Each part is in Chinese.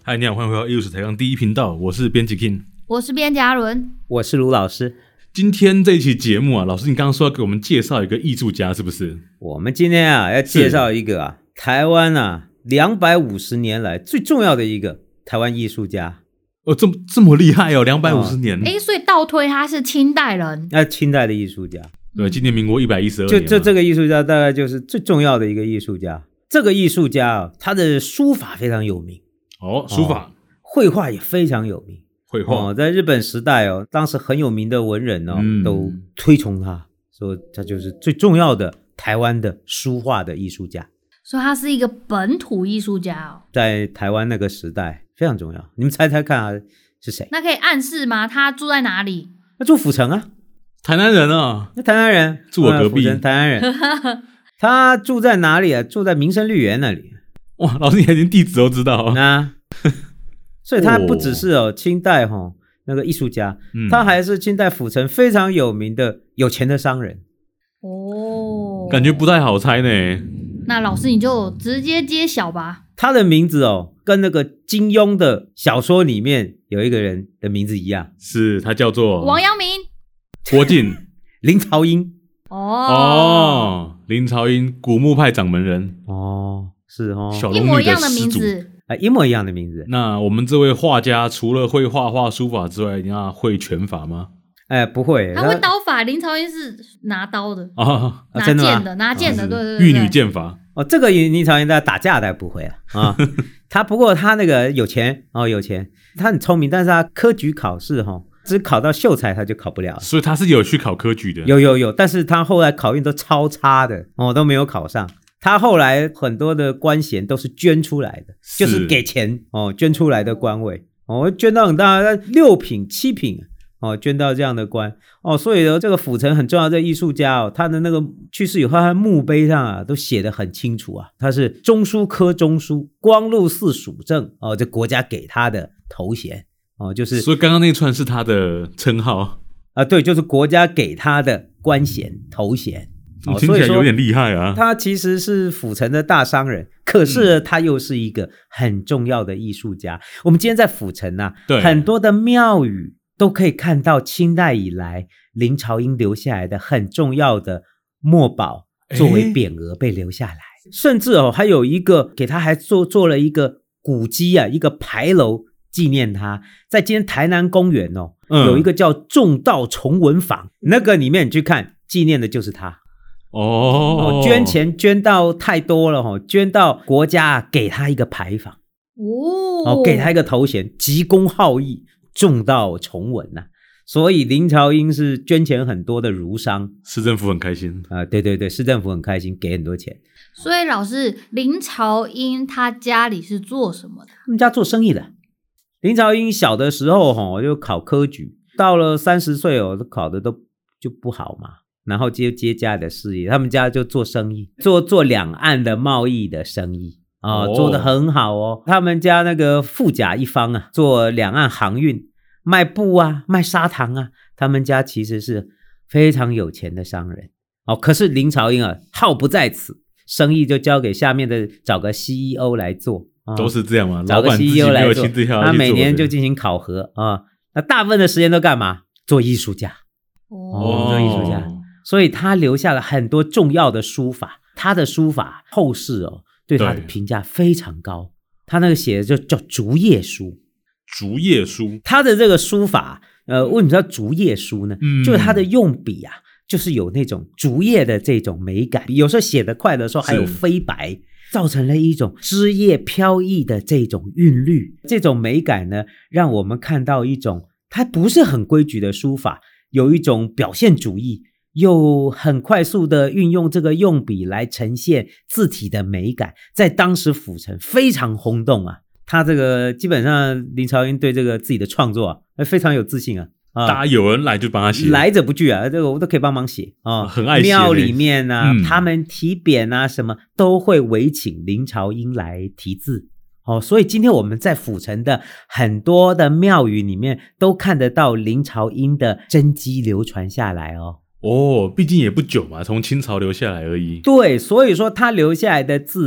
嗨，你好，欢迎回到艺术史抬杠第一频道，我是编辑 King， 我是编辑阿伦， 我是卢老师。 今天这一期节目啊，老师你刚刚说要给我们介绍一个艺术家，是不是？ 我们今天要介绍一个台湾250年来最重要的一个台湾艺术家。 这么厉害哦，250年。 所以倒推他是清代人， 清代的艺术家。 对，今年民国112年。 就这个艺术家大概就是最重要的一个艺术家。这个艺术家他的书法非常有名。 书法。 绘画也非常有名。 绘画在日本时代当时很有名的文人都推崇他，说他就是最重要的台湾的书画的艺术家。 所以他是一个本土艺术家在台湾那个时代非常重要。你们猜猜看是谁？ 那可以暗示吗？他住在哪里？ 他住府城啊。 台南人啊。 那台南人住我隔壁。 台南人。他住在哪里啊？住在民生绿园那里。 哇，老师你连地址都知道所以他不只是清代那个艺术家，他还是清代府城非常有名的有钱的商人。 感觉不太好猜呢。 那老师你就直接揭晓吧。 他的名字跟那个金庸的小说里面有一个人的名字一样。 是，他叫做王阳明、 郭靖、 林朝英。 林朝英，古墓派掌门人。 是小龙女的始祖。 一模一样的名字。 一模一样的名字。 那我们这位画家除了会画画书法之外，你会拳法吗？ 不会。 他会刀法。林朝英是拿刀的。拿真的剑的，拿剑的，对。 玉女剑法。 这个林朝英打架的不会不过他那个有钱有钱，他很聪明，但是他科举考试只考到秀才他就考不了。 所以他是有去考科举的。 有，但是他后来考运都超差的都没有考上。他后来很多的官衔都是捐出来的，就是给钱捐出来的官位捐到很大，6品7品捐到这样的官所以这个府城很重要的艺术家他的那个去世以后，他的墓碑上都写得很清楚他是中书科中书，光禄寺署正这国家给他的头衔就是所以刚刚那串是他的称号对，就是国家给他的官衔头衔。 听起来有点厉害他其实是府城的大商人，可是他又是一个很重要的艺术家。我们今天在府城很多的庙宇都可以看到清代以来林朝英留下来的很重要的墨宝作为匾额被留下来，甚至还有一个给他还做了一个古迹一个牌楼纪念他。在今天台南公园有一个叫重道崇文坊，那个里面你去看纪念的就是他。捐钱捐到太多了捐到国家给他一个牌坊给他一个头衔，急公好义，重道崇文所以林朝英是捐钱很多的儒商， 市政府很开心对，市政府很开心，给很多钱。 所以老师，林朝英他家里是做什么的？ 他们家做生意的。林朝英小的时候就考科举，到了30岁考的都就不好嘛，然后接家里的事业，他们家就做生意，做两岸的贸易的生意做得很好他们家那个富甲一方做两岸航运，卖布卖砂糖他们家其实是非常有钱的商人可是林朝英好不在此，生意就交给下面的找个 CEO 来做都是这样嘛， 找个 CEO 来做，他每年就进行考核那大部分的时间都干嘛？做艺术家做艺术家。所以他留下了很多重要的书法，他的书法后世对他的评价非常高。他那个写的就叫竹叶书。 竹叶书， 他的这个书法为什么叫竹叶书呢？就是他的用笔就是有那种竹叶的这种美感，有时候写得快的时候还有飞白，造成了一种枝叶飘逸的这种韵律。这种美感呢，让我们看到一种它不是很规矩的书法，有一种表现主义，又很快速的运用这个用笔来呈现字体的美感，在当时府城非常轰动他这个基本上林朝英对这个自己的创作非常有自信大家有人来就帮他写， 来者不拒这个我都可以帮忙写很爱写。 庙里面他们题匾什么都会委请林朝英来题字所以今天我们在府城的很多的庙宇里面都看得到林朝英的真迹流传下来毕竟也不久嘛，从清朝留下来而已。 对，所以说他留下来的字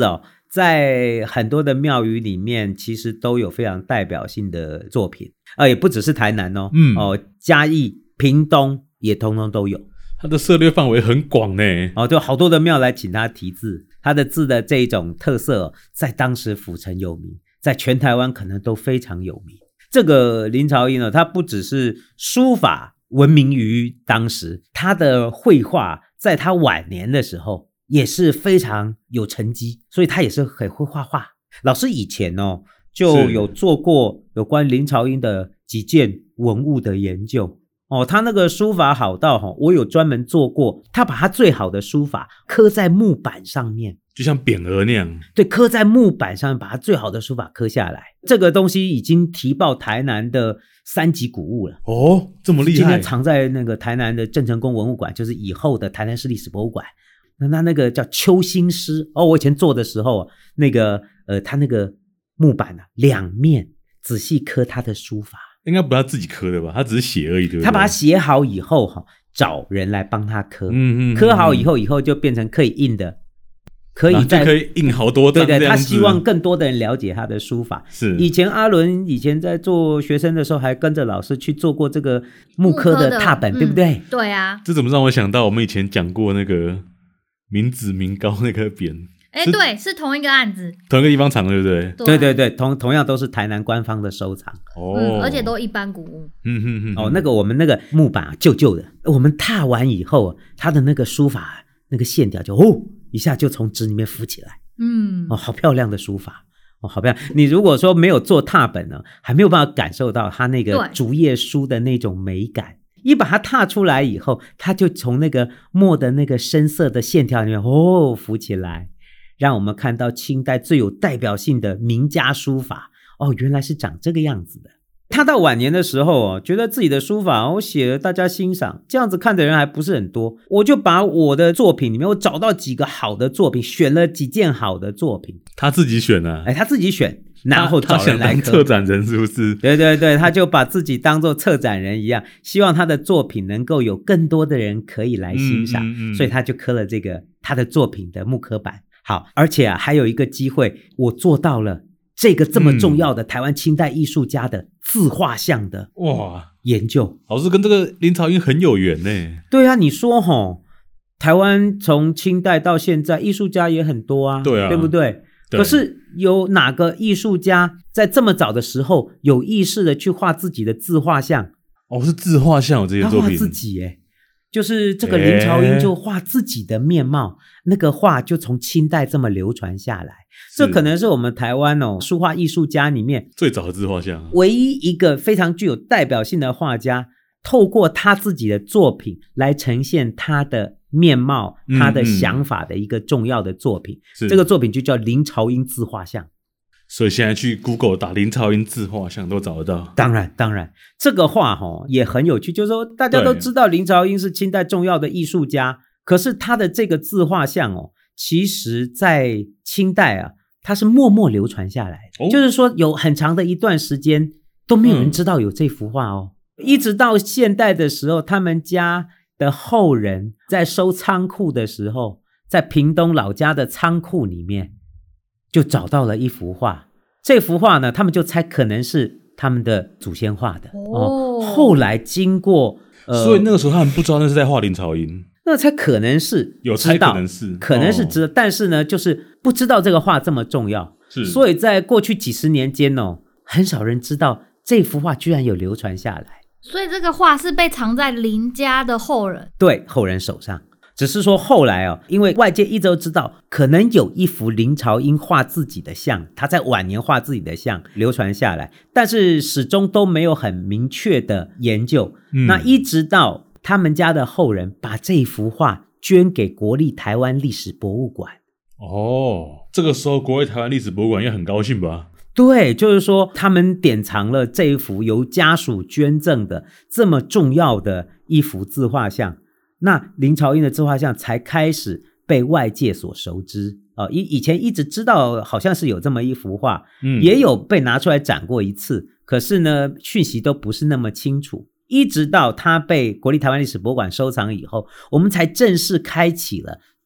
在很多的庙宇里面其实都有非常代表性的作品，也不只是台南哦，嘉义、屏东也通通都有。 他的涉猎范围很广呢， 就好多的庙来请他题字，他的字的这种特色在当时府城有名，在全台湾可能都非常有名。这个林朝英呢，他不只是书法闻名于当时，他的绘画在他晚年的时候也是非常有成绩，所以他也是很会画画。老师以前就有做过有关林朝英的几件文物的研究他那个书法好到我有专门做过，他把他最好的书法刻在木板上面， 就像匾额那样。 对，刻在木板上面，把他最好的书法刻下来。这个东西已经提报台南的3级古物了。 这么厉害！ 今天藏在那个台南的郑成功文物馆，就是以后的台南市历史博物馆。那个叫秋兴诗我以前做的时候那个他那个木板两面仔细刻他的书法。 应该不是他自己刻的吧？他只是写而已，对不对？ 他把它写好以后找人来帮他刻，刻好以后就变成可以印的，可以印好多张。 对，他希望更多的人了解他的书法。 是以前阿伦以前在做学生的时候，还跟着老师去做过这个木刻的拓本，对不对？ 对啊。 这怎么让我想到我们以前讲过那个民脂民膏那个匾？ 对，是同一个案子， 同一个地方藏的，对不对？对，同样都是台南官方的收藏而且都一般古物。 那个我们那个木板旧旧的，我们踏完以后，它的那个书法那个线条就一下就从纸里面浮起来。好漂亮的书法好漂亮。你如果说没有做拓本呢，还没有办法感受到它那个竹叶书的那种美感。一把它踏出来以后，它就从那个墨的那个深色的线条里面浮起来，让我们看到清代最有代表性的名家书法原来是长这个样子的。他到晚年的时候觉得自己的书法我写了大家欣赏，这样子看的人还不是很多，我就把我的作品里面我找到几个好的作品，选了几件好的作品。 他自己选他自己选，然后找人来刻。 他想当策展人是不是？ 对，他就把自己当作策展人一样，希望他的作品能够有更多的人可以来欣赏，所以他就刻了这个他的作品的木刻版。好，而且还有一个机会，我做到了这个这么重要的台湾清代艺术家的自画像的研究。 老师跟这个林朝英很有缘呢。 对啊，你说台湾从清代到现在艺术家也很多啊，对不对？可是有哪个艺术家在这么早的时候有意识的去画自己的自画像？ 是自画像这些作品。 他画自己就是这个林朝英就画自己的面貌，那个画就从清代这么流传下来。这可能是我们台湾书画艺术家里面最早的自画像， 唯一一个非常具有代表性的画家，透过他自己的作品来呈现他的面貌，他的想法的一个重要的作品。这个作品就叫林朝英自画像。 所以现在去 Google 打林朝英自画像都找得到。 当然这个画也很有趣，就是说大家都知道林朝英是清代重要的艺术家，可是他的这个自画像其实在清代它是默默流传下来的，就是说有很长的一段时间都没有人知道有这幅画一直到现代的时候，他们家的后人在收仓库的时候，在屏东老家的仓库里面就找到了一幅画。这幅画呢，他们就猜可能是他们的祖先画的后来经过所以那个时候他们不知道那是在画林朝英， 那才可能是有猜可能是知道但是呢就是不知道这个画这么重要，所以在过去几十年间很少人知道这幅画居然有流传下来。 所以这个画是被藏在林家的后人， 对，后人手上。只是说后来因为外界一直都知道可能有一幅林朝英画自己的像，他在晚年画自己的像流传下来，但是始终都没有很明确的研究。那一直到他们家的后人把这幅画捐给国立台湾历史博物馆。 这个时候国立台湾历史博物馆也很高兴吧？ 对，就是说他们典藏了这一幅由家属捐赠的这么重要的一幅自画像，那林朝英的自画像才开始被外界所熟知。以前一直知道好像是有这么一幅画，也有被拿出来展过一次，可是呢讯息都不是那么清楚。一直到它被国立台湾历史博物馆收藏以后，我们才正式开启了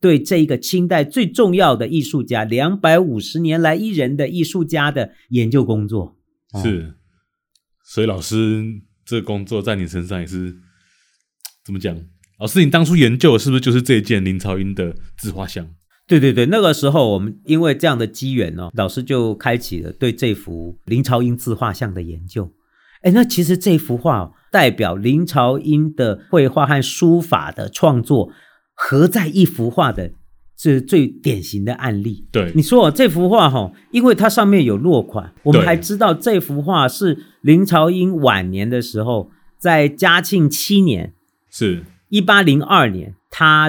对这一个清代最重要的艺术家250年来一人的艺术家的研究工作。 是，所以老师这个工作在你身上也是怎么讲？老师，你当初研究的是不是就是这一件林朝英的自画像？ 对对对，那个时候我们因为这样的机缘老师就开启了对这幅林朝英自画像的研究。那其实这幅画代表林朝英的绘画和书法的创作合在一幅画的是最典型的案例。 对， 你说这幅画因为它上面有落款，我们还知道这幅画是林朝英晚年的时候，在嘉庆7年， 是 1802年，他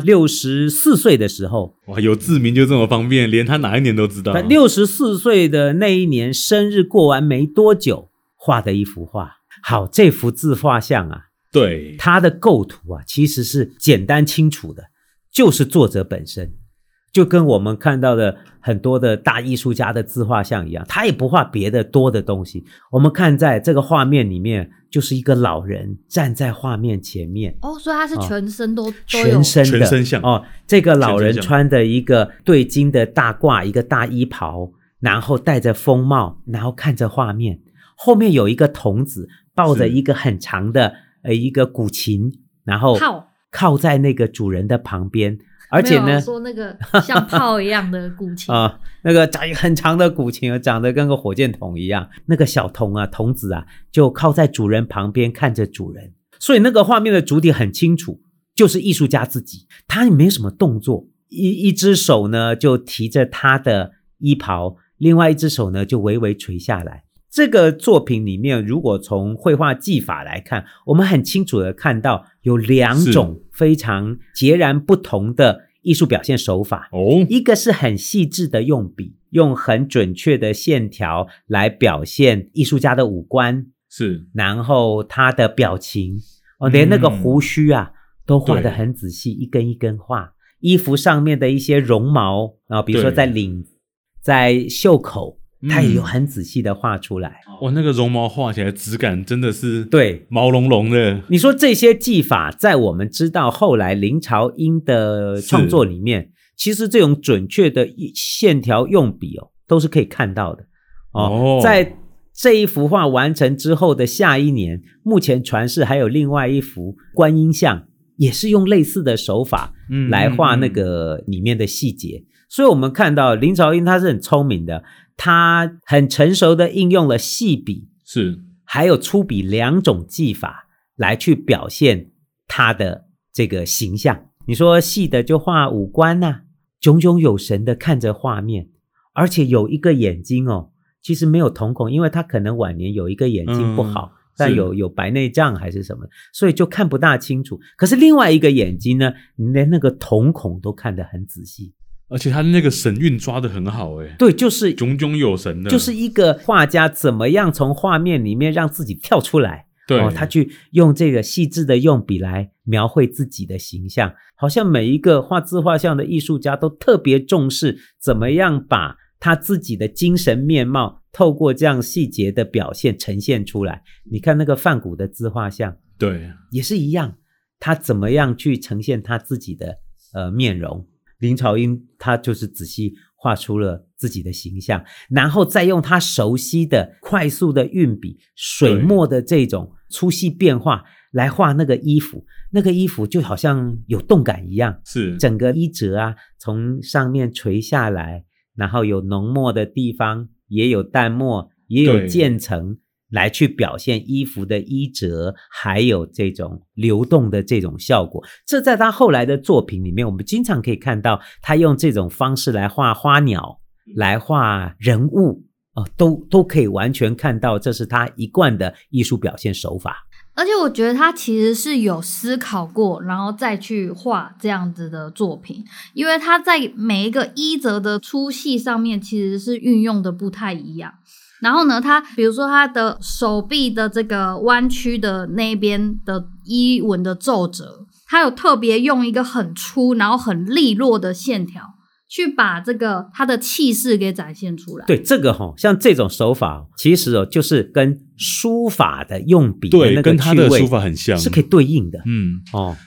64岁的时候， 哇，有字名就这么方便，连他哪一年都知道。 他64岁的那一年生日过完没多久画的一幅画。好，这幅自画像对， 它的构图其实是简单清楚的，就是作者本身，就跟我们看到的很多的大艺术家的自画像一样，他也不画别的多的东西。我们看在这个画面里面，就是一个老人站在画面前面。 所以他是全身都有全身像这个老人穿的一个对襟的大褂，一个大衣袍，然后戴着风帽，然后看着画面。后面有一个童子抱着一个很长的一个古琴，然后靠在那个主人的旁边，而且呢， 说那个像炮一样的古琴那个很长的古琴长得跟个火箭筒一样，那个小童子就靠在主人旁边看着主人。所以那个画面的主体很清楚，就是艺术家自己，他也没什么动作，一只手呢就提着他的衣袍，另外一只手呢就微微垂下来。这个作品里面，如果从绘画技法来看，我们很清楚的看到有2种非常截然不同的艺术表现手法。一个是很细致的用笔，用很准确的线条来表现艺术家的五官，是，然后他的表情，连那个胡须都画得很仔细，一根一根画。衣服上面的一些绒毛，比如说在领、在袖口，它也有很仔细的画出来。 那个绒毛画起来质感真的是对毛茸茸的。 你说这些技法在我们知道后来林朝英的创作里面，其实这种准确的线条用笔都是可以看到的。在这一幅画完成之后的下一年，目前传世还有另外一幅观音像，也是用类似的手法来画那个里面的细节。所以我们看到林朝英他是很聪明的，他很成熟的应用了细笔是还有粗笔2种技法来去表现他的这个形象。你说细的就画五官炯炯有神的看着画面，而且有一个眼睛其实没有瞳孔，因为他可能晚年有一个眼睛不好，但有白内障还是什么，所以就看不大清楚。可是另外一个眼睛呢，你连那个瞳孔都看得很仔细， 而且他那个神韵抓得很好。 对，就是炯炯有神的， 就是一个画家怎么样从画面里面让自己跳出来。 对， 他去用这个细致的用笔来描绘自己的形象，好像每一个画自画像的艺术家都特别重视怎么样把他自己的精神面貌透过这样细节的表现呈现出来。你看那个梵谷的自画像， 对， 也是一样，他怎么样去呈现他自己的面容。林朝英他就是仔细画出了自己的形象，然后再用他熟悉的快速的运笔水墨的这种粗细变化来画那个衣服，那个衣服就好像有动感一样，是整个衣褶从上面垂下来，然后有浓墨的地方，也有淡墨，也有渐层，来去表现衣服的衣褶还有这种流动的这种效果。这在他后来的作品里面，我们经常可以看到他用这种方式来画花鸟，来画人物，都可以完全看到这是他一贯的艺术表现手法。 而且我觉得他其实是有思考过，然后再去画这样子的作品，因为他在每一个衣褶的粗细上面其实是运用的不太一样。然后呢，他比如说他的手臂的这个弯曲的那边的衣纹的皱褶，他有特别用一个很粗然后很利落的线条去把这个他的气势给展现出来。 对，这个像这种手法其实就是跟书法的用笔的那个趣味， 对，跟他的书法很像， 是可以对应的。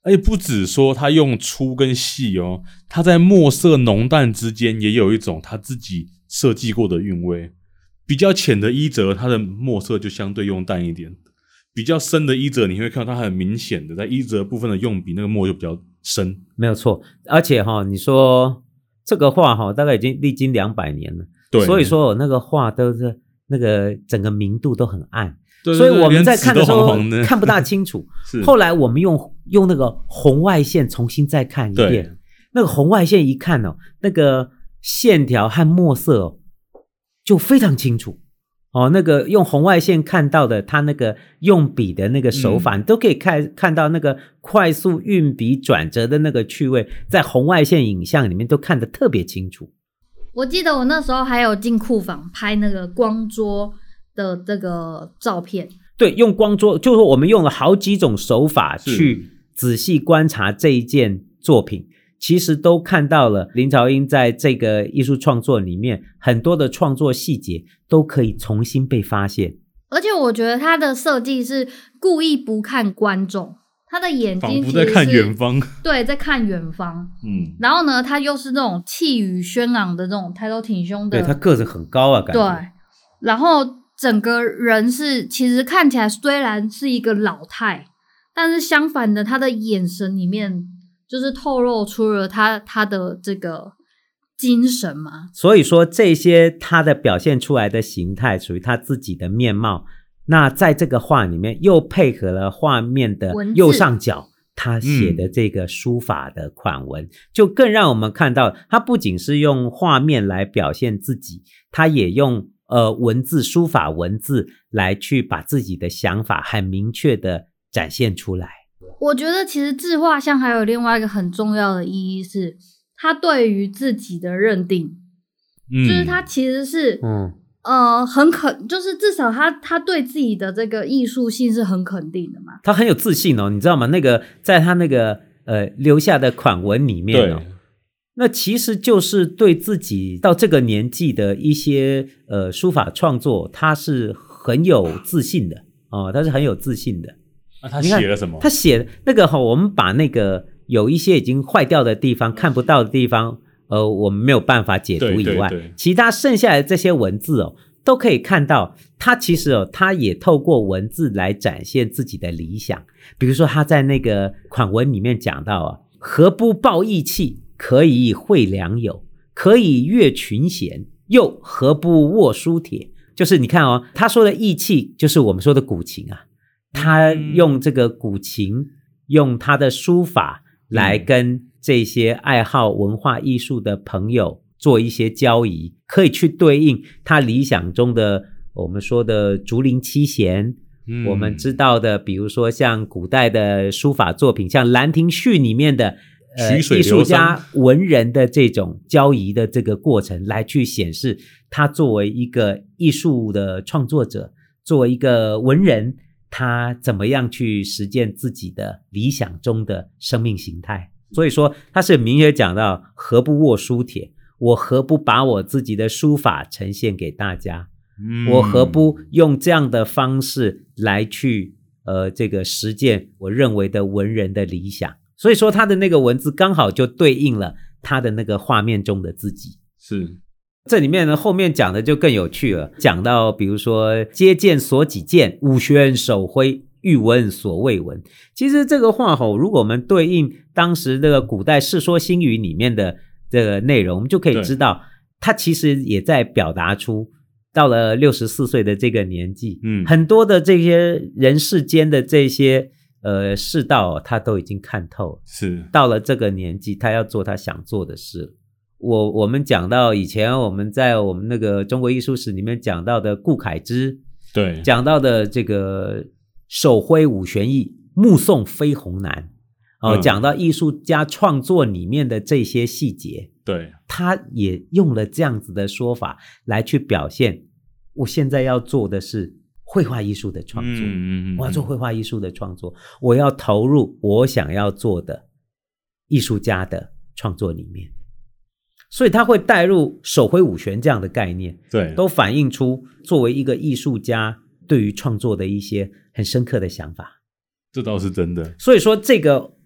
而且不只说他用粗跟细哦，他在墨色浓淡之间也有一种他自己设计过的韵味。比较浅的衣折，它的墨色就相对用淡一点；比较深的衣折，你会看到它很明显的在衣折部分的用笔那个墨就比较深。 没有错，而且你说这个画大概已经历经200年了，对，所以说那个画都是那个整个明度都很暗。 对， 所以我们在看的时候黄黄的看不大清楚。后来我们用那个红外线重新再看一遍，那个红外线一看那个线条和墨色就非常清楚。那个用红外线看到的他那个用笔的那个手法，你都可以看到那个快速运笔转折的那个趣味，在红外线影像里面都看得特别清楚。 我记得我那时候还有进库房拍那个光桌的这个照片。 对，用光桌就是我们用了好几种手法去仔细观察这一件作品，其实都看到了林朝英在这个艺术创作里面很多的创作细节都可以重新被发现。 而且我觉得他的设计是故意不看观众，他的眼睛仿佛在看远方。 对，在看远方。然后呢他又是那种气宇轩昂的这种抬头挺胸的， 对，他个子很高啊，感觉。 对，然后整个人是其实看起来虽然是一个老态，但是相反的他的眼神里面就是透露出了他的这个精神嘛。 所以说这些他的表现出来的形态属于他自己的面貌，那在这个画里面又配合了画面的右上角他写的这个书法的款文，就更让我们看到他不仅是用画面来表现自己，他也用文字书法文字来去把自己的想法很明确的展现出来。 我觉得其实自画像还有另外一个很重要的意义是他对于自己的认定，就是他其实是就是至少他对自己的这个艺术性是很肯定的嘛。 他很有自信你知道吗？那个在他那个留下的款文里面那其实就是对自己到这个年纪的一些书法创作，他是很有自信的他是很有自信的。 他写了什么？ 他写那个我们把那个有一些已经坏掉的地方看不到的地方我们没有办法解读以外，对，其他剩下的这些文字都可以看到他其实他也透过文字来展现自己的理想。比如说他在那个款文里面讲到何不抱义气，可以会良友，可以阅群贤，又何不握书帖。就是你看他说的义气就是我们说的古琴啊，他用这个古琴用他的书法来跟这些爱好文化艺术的朋友做一些交易，可以去对应他理想中的我们说的竹林七贤我们知道的比如说像古代的书法作品，像兰亭序里面的艺术家文人的这种交易的这个过程，来去显示他作为一个艺术的创作者，作为一个文人，他怎么样去实践自己的理想中的生命形态。所以说他是明确讲到何不握书帖，我何不把我自己的书法呈现给大家，我何不用这样的方式来去这个实践我认为的文人的理想。所以说他的那个文字刚好就对应了他的那个画面中的自己。 是， 这里面呢后面讲的就更有趣了，讲到比如说接见所己见，吾宣手挥，欲闻所未闻。其实这个话如果我们对应当时这个古代世说新语里面的这个内容，我们就可以知道他其实也在表达出到了64岁的这个年纪很多的这些人世间的这些世道他都已经看透了， 是到了这个年纪他要做他想做的事。我们讲到以前我们在我们那个中国艺术史里面讲到的顾恺之， 对， 讲到的这个手挥五玄义，目送飞鸿南讲到艺术家创作里面的这些细节， 对， 他也用了这样子的说法来去表现我现在要做的是绘画艺术的创作，我要做绘画艺术的创作，我要投入我想要做的艺术家的创作里面。所以他会带入手挥五玄这样的概念， 对， 都反映出作为一个艺术家对于创作的一些很深刻的想法。 这倒是真的。 所以说这个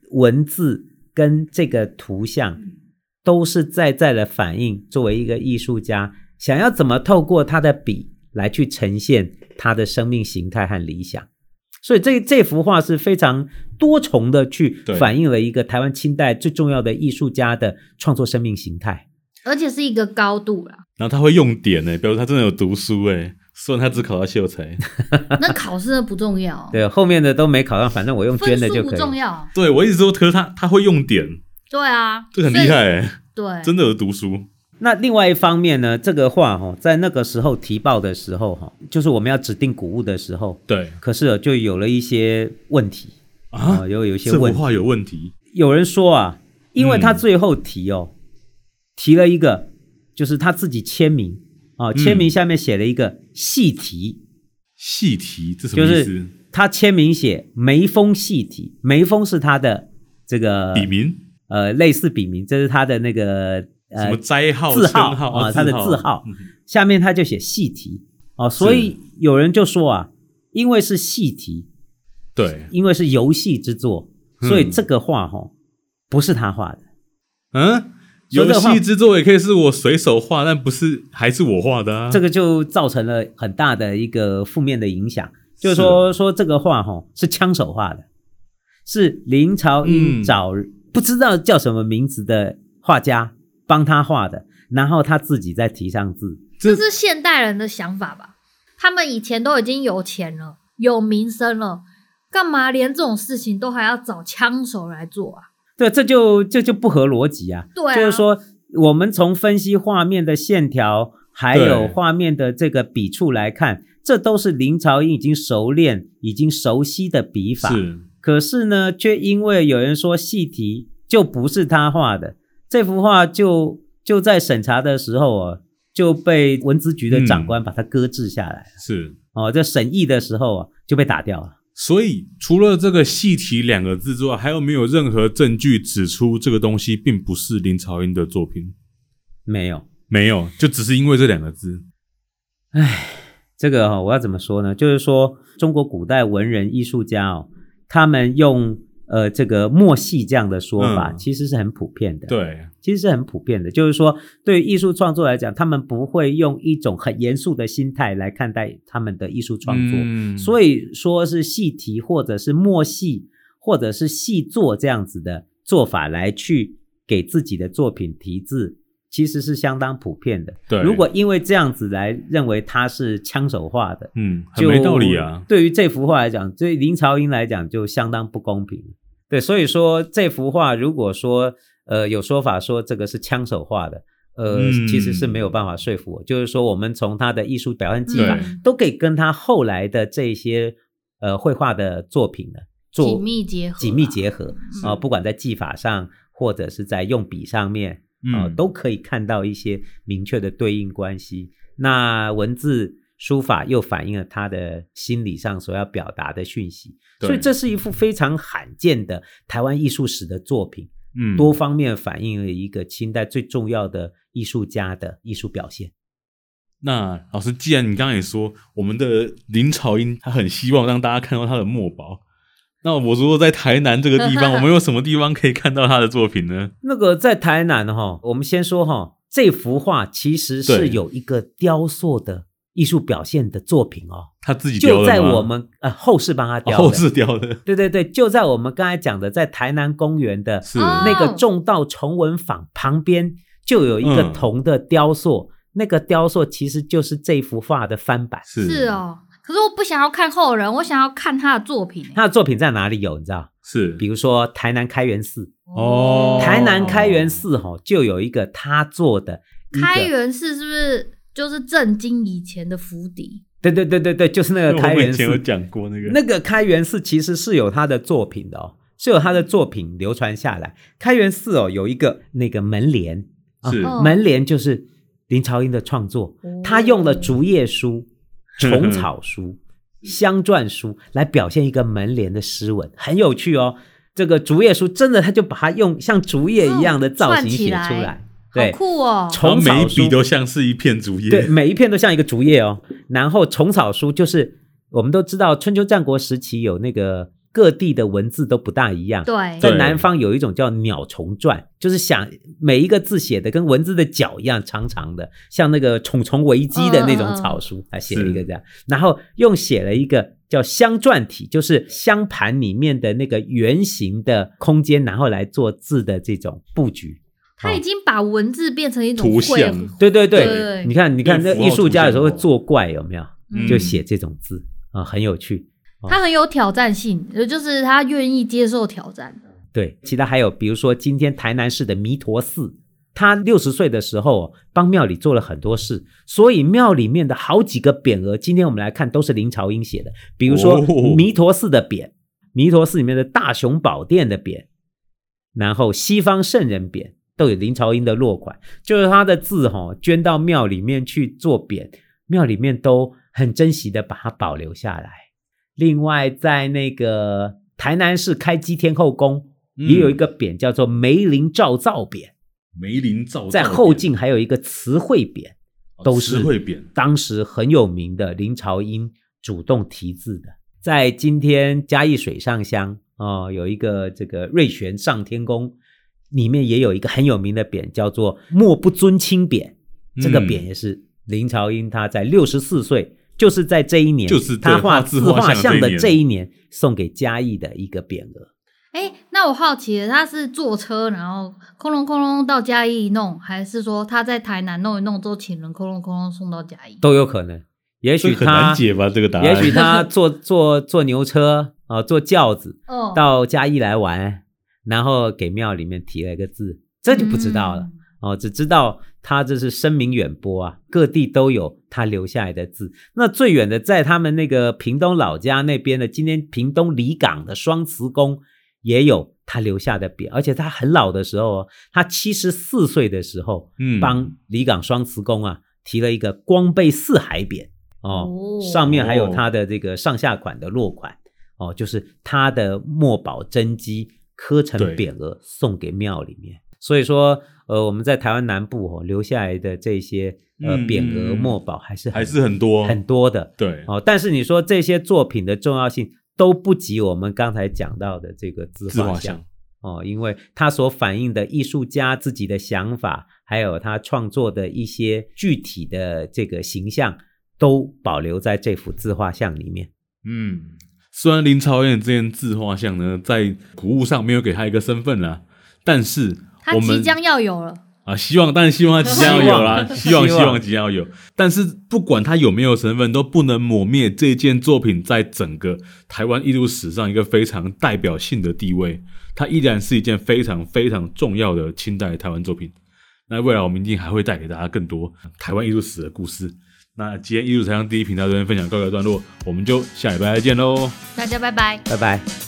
文字跟这个图像都是在的反映作为一个艺术家想要怎么透过他的笔来去呈现他的生命形态和理想。所以这幅画是非常多重的去反映了一个台湾清代最重要的艺术家的创作生命形态， 而且是一个高度啦。 然后他会用点表示他真的有读书虽然他只考到秀才。 那考试不重要。 对，后面的都没考上，反正我用捐的就可以。 分数不重要。 对，我一直说他会用点。 对啊， 这很厉害对， 真的有读书。 那另外一方面呢，这个画在那个时候提报的时候就是我们要指定古物的时候， 对， 可是就有了一些问题啊，有一些问题。 这幅画有问题。 有人说因为他最后提了一个，就是他自己签名签名下面写了一个细题。 细题这什么意思？ 就是他签名写眉峰细题，眉峰是他的这个笔名， 类似笔名，这是他的那个什么斋号、 字号他的字号，下面他就写细题所以有人就说因为是细题， 对， 因为是游戏之作，所以这个画不是他画的。 游戏之作也可以是我随手画，但不是还是我画的这个就造成了很大的一个负面的影响，就是说这个画是枪手画的，是林朝英找不知道叫什么名字的画家帮他画的，然后他自己再提上字。 这是现代人的想法吧？他们以前都已经有钱了，有名声了，干嘛连这种事情都还要找枪手来做对，这就不合逻辑对就是说我们从分析画面的线条还有画面的这个笔触来看，这都是林朝英已经熟练已经熟悉的笔法，可是呢却因为有人说细题就不是他画的，这幅画就在审查的时候就被文资局的长官把它搁置下来了。这审议的时候就被打掉了。 所以除了这个细题2个字之外，还有没有任何证据指出这个东西并不是林朝英的作品？没有，就只是因为这2个字。 这个我要怎么说呢？就是说中国古代文人艺术家他们用这个墨戏这样的说法其实是很普遍的。 对， 其实是很普遍的，就是说对于艺术创作来讲，他们不会用一种很严肃的心态来看待他们的艺术创作，所以说是细题或者是墨戏或者是细作这样子的做法来去给自己的作品题字，其实是相当普遍的。 对， 如果因为这样子来认为它是枪手画的， 很没道理啊。 对于这幅画来讲，对于林朝英来讲就相当不公平。对，所以说这幅画如果说有说法说这个是枪手画的，其实是没有办法说服我。就是说我们从他的艺术表现技法都可以跟他后来的这些绘画的作品呢做紧密结合不管在技法上或者是在用笔上面都可以看到一些明确的对应关系。那文字书法又反映了他的心理上所要表达的讯息，所以这是一幅非常罕见的台湾艺术史的作品，多方面反映了一个清代最重要的艺术家的艺术表现。 那老师，既然你刚刚也说我们的林朝英他很希望让大家看到他的墨宝，那我如果在台南这个地方我们有什么地方可以看到他的作品呢？ 那个在台南我们先说这幅画其实是有一个雕塑的艺术表现的作品他自己雕的吗？ 就在我们后世帮他雕的， 后世雕的， 对，就在我们刚才讲的在台南公园的那个重道崇文坊旁边就有一个铜的雕塑，那个雕塑其实就是这幅画的翻版。 是可是我不想要看后人，我想要看他的作品。 他的作品在哪里有你知道？ 是比如说台南开元寺台南开元寺就有一个他做的开元寺，是不是就是郑经以前的府邸？ 对，就是那个开元寺。 我以前有讲过那个开元寺其实是有他的作品的是有他的作品流传下来。开元寺有一个那个门帘门帘就是林朝英的创作，他用了竹叶书、虫草书、香篆书来表现一个门帘的诗文，很有趣这个竹叶书真的他就把它用像竹叶一样的造型写出来，对， 好酷哦！ 虫草书每一笔都像是一片竹叶， 对，每一片都像一个竹叶然后虫草书就是我们都知道春秋战国时期有那个各地的文字都不大一样。 对， 在南方有一种叫鸟虫篆，就是想每一个字写的跟蚊子的脚一样长长的，像那个虫虫维基的那种草书，他写了一个这样，然后用写了一个叫镶篆体，就是镶盘里面的那个圆形的空间，然后来做字的这种布局。 他已经把文字变成一种图像， 对，你看那艺术家有时候会作怪，有没有？就写这种字啊，很有趣。 他很有挑战性，就是他愿意接受挑战。 对，其他还有比如说今天台南市的弥陀寺，他60岁的时候帮庙里做了很多事，所以庙里面的好几个匾额今天我们来看都是林朝英写的，比如说弥陀寺的匾，弥陀寺里面的大雄宝殿的匾，然后西方圣人匾都有林朝英的落款，就是他的字捐到庙里面去做匾，庙里面都很珍惜的把它保留下来。另外在那个台南市开基天后宫也有一个匾叫做梅林照造匾， 梅林照造在后晋还有一个慈惠匾，都是当时很有名的林朝英主动题字的。在今天嘉义水上乡有一个这个瑞玄上天宫，里面也有一个很有名的匾叫做莫不尊亲匾，这个匾也是林朝英他在64岁就是在这一年， 就是他画自画像的这一年送给嘉义的一个匾额。 那我好奇了，他是坐车然后空隆空隆到嘉义弄，还是说他在台南弄一弄之后请人空隆空隆送到嘉义？ 都有可能，也许他很难解吧这个答案， 也许他坐牛车坐轿子到嘉义来玩，然后给庙里面题了一个字，这就不知道了。只知道他这是声名远播啊，各地都有他留下来的字。那最远的在他们那个屏东老家那边的，今天屏东里港的双慈宫也有他留下的匾，而且他很老的时候他74岁的时候帮里港双慈宫题了一个光背四海匾上面还有他的这个上下款的落款就是他的墨宝真迹刻成匾额送给庙里面。所以说我们在台湾南部留下来的这些匾额墨宝还是很多的。 对但是你说这些作品的重要性都不及我们刚才讲到的这个自画像因为它所反映的艺术家自己的想法，还有他创作的一些具体的这个形象都保留在这幅自画像里面。 虽然林朝英这件自画像呢在古物上没有给他一个身份啦，但是他即将要有了希望他即将要有啦希望即将要有。但是不管他有没有身份，都不能抹灭这件作品在整个台湾艺术史上一个非常代表性的地位，它依然是一件非常非常重要的清代台湾作品。那未来我们一定还会带给大家更多台湾艺术史的故事。那今天艺术台上第一频道这边分享告一个段落，我们就下礼拜再见咯， 大家拜拜， 拜拜。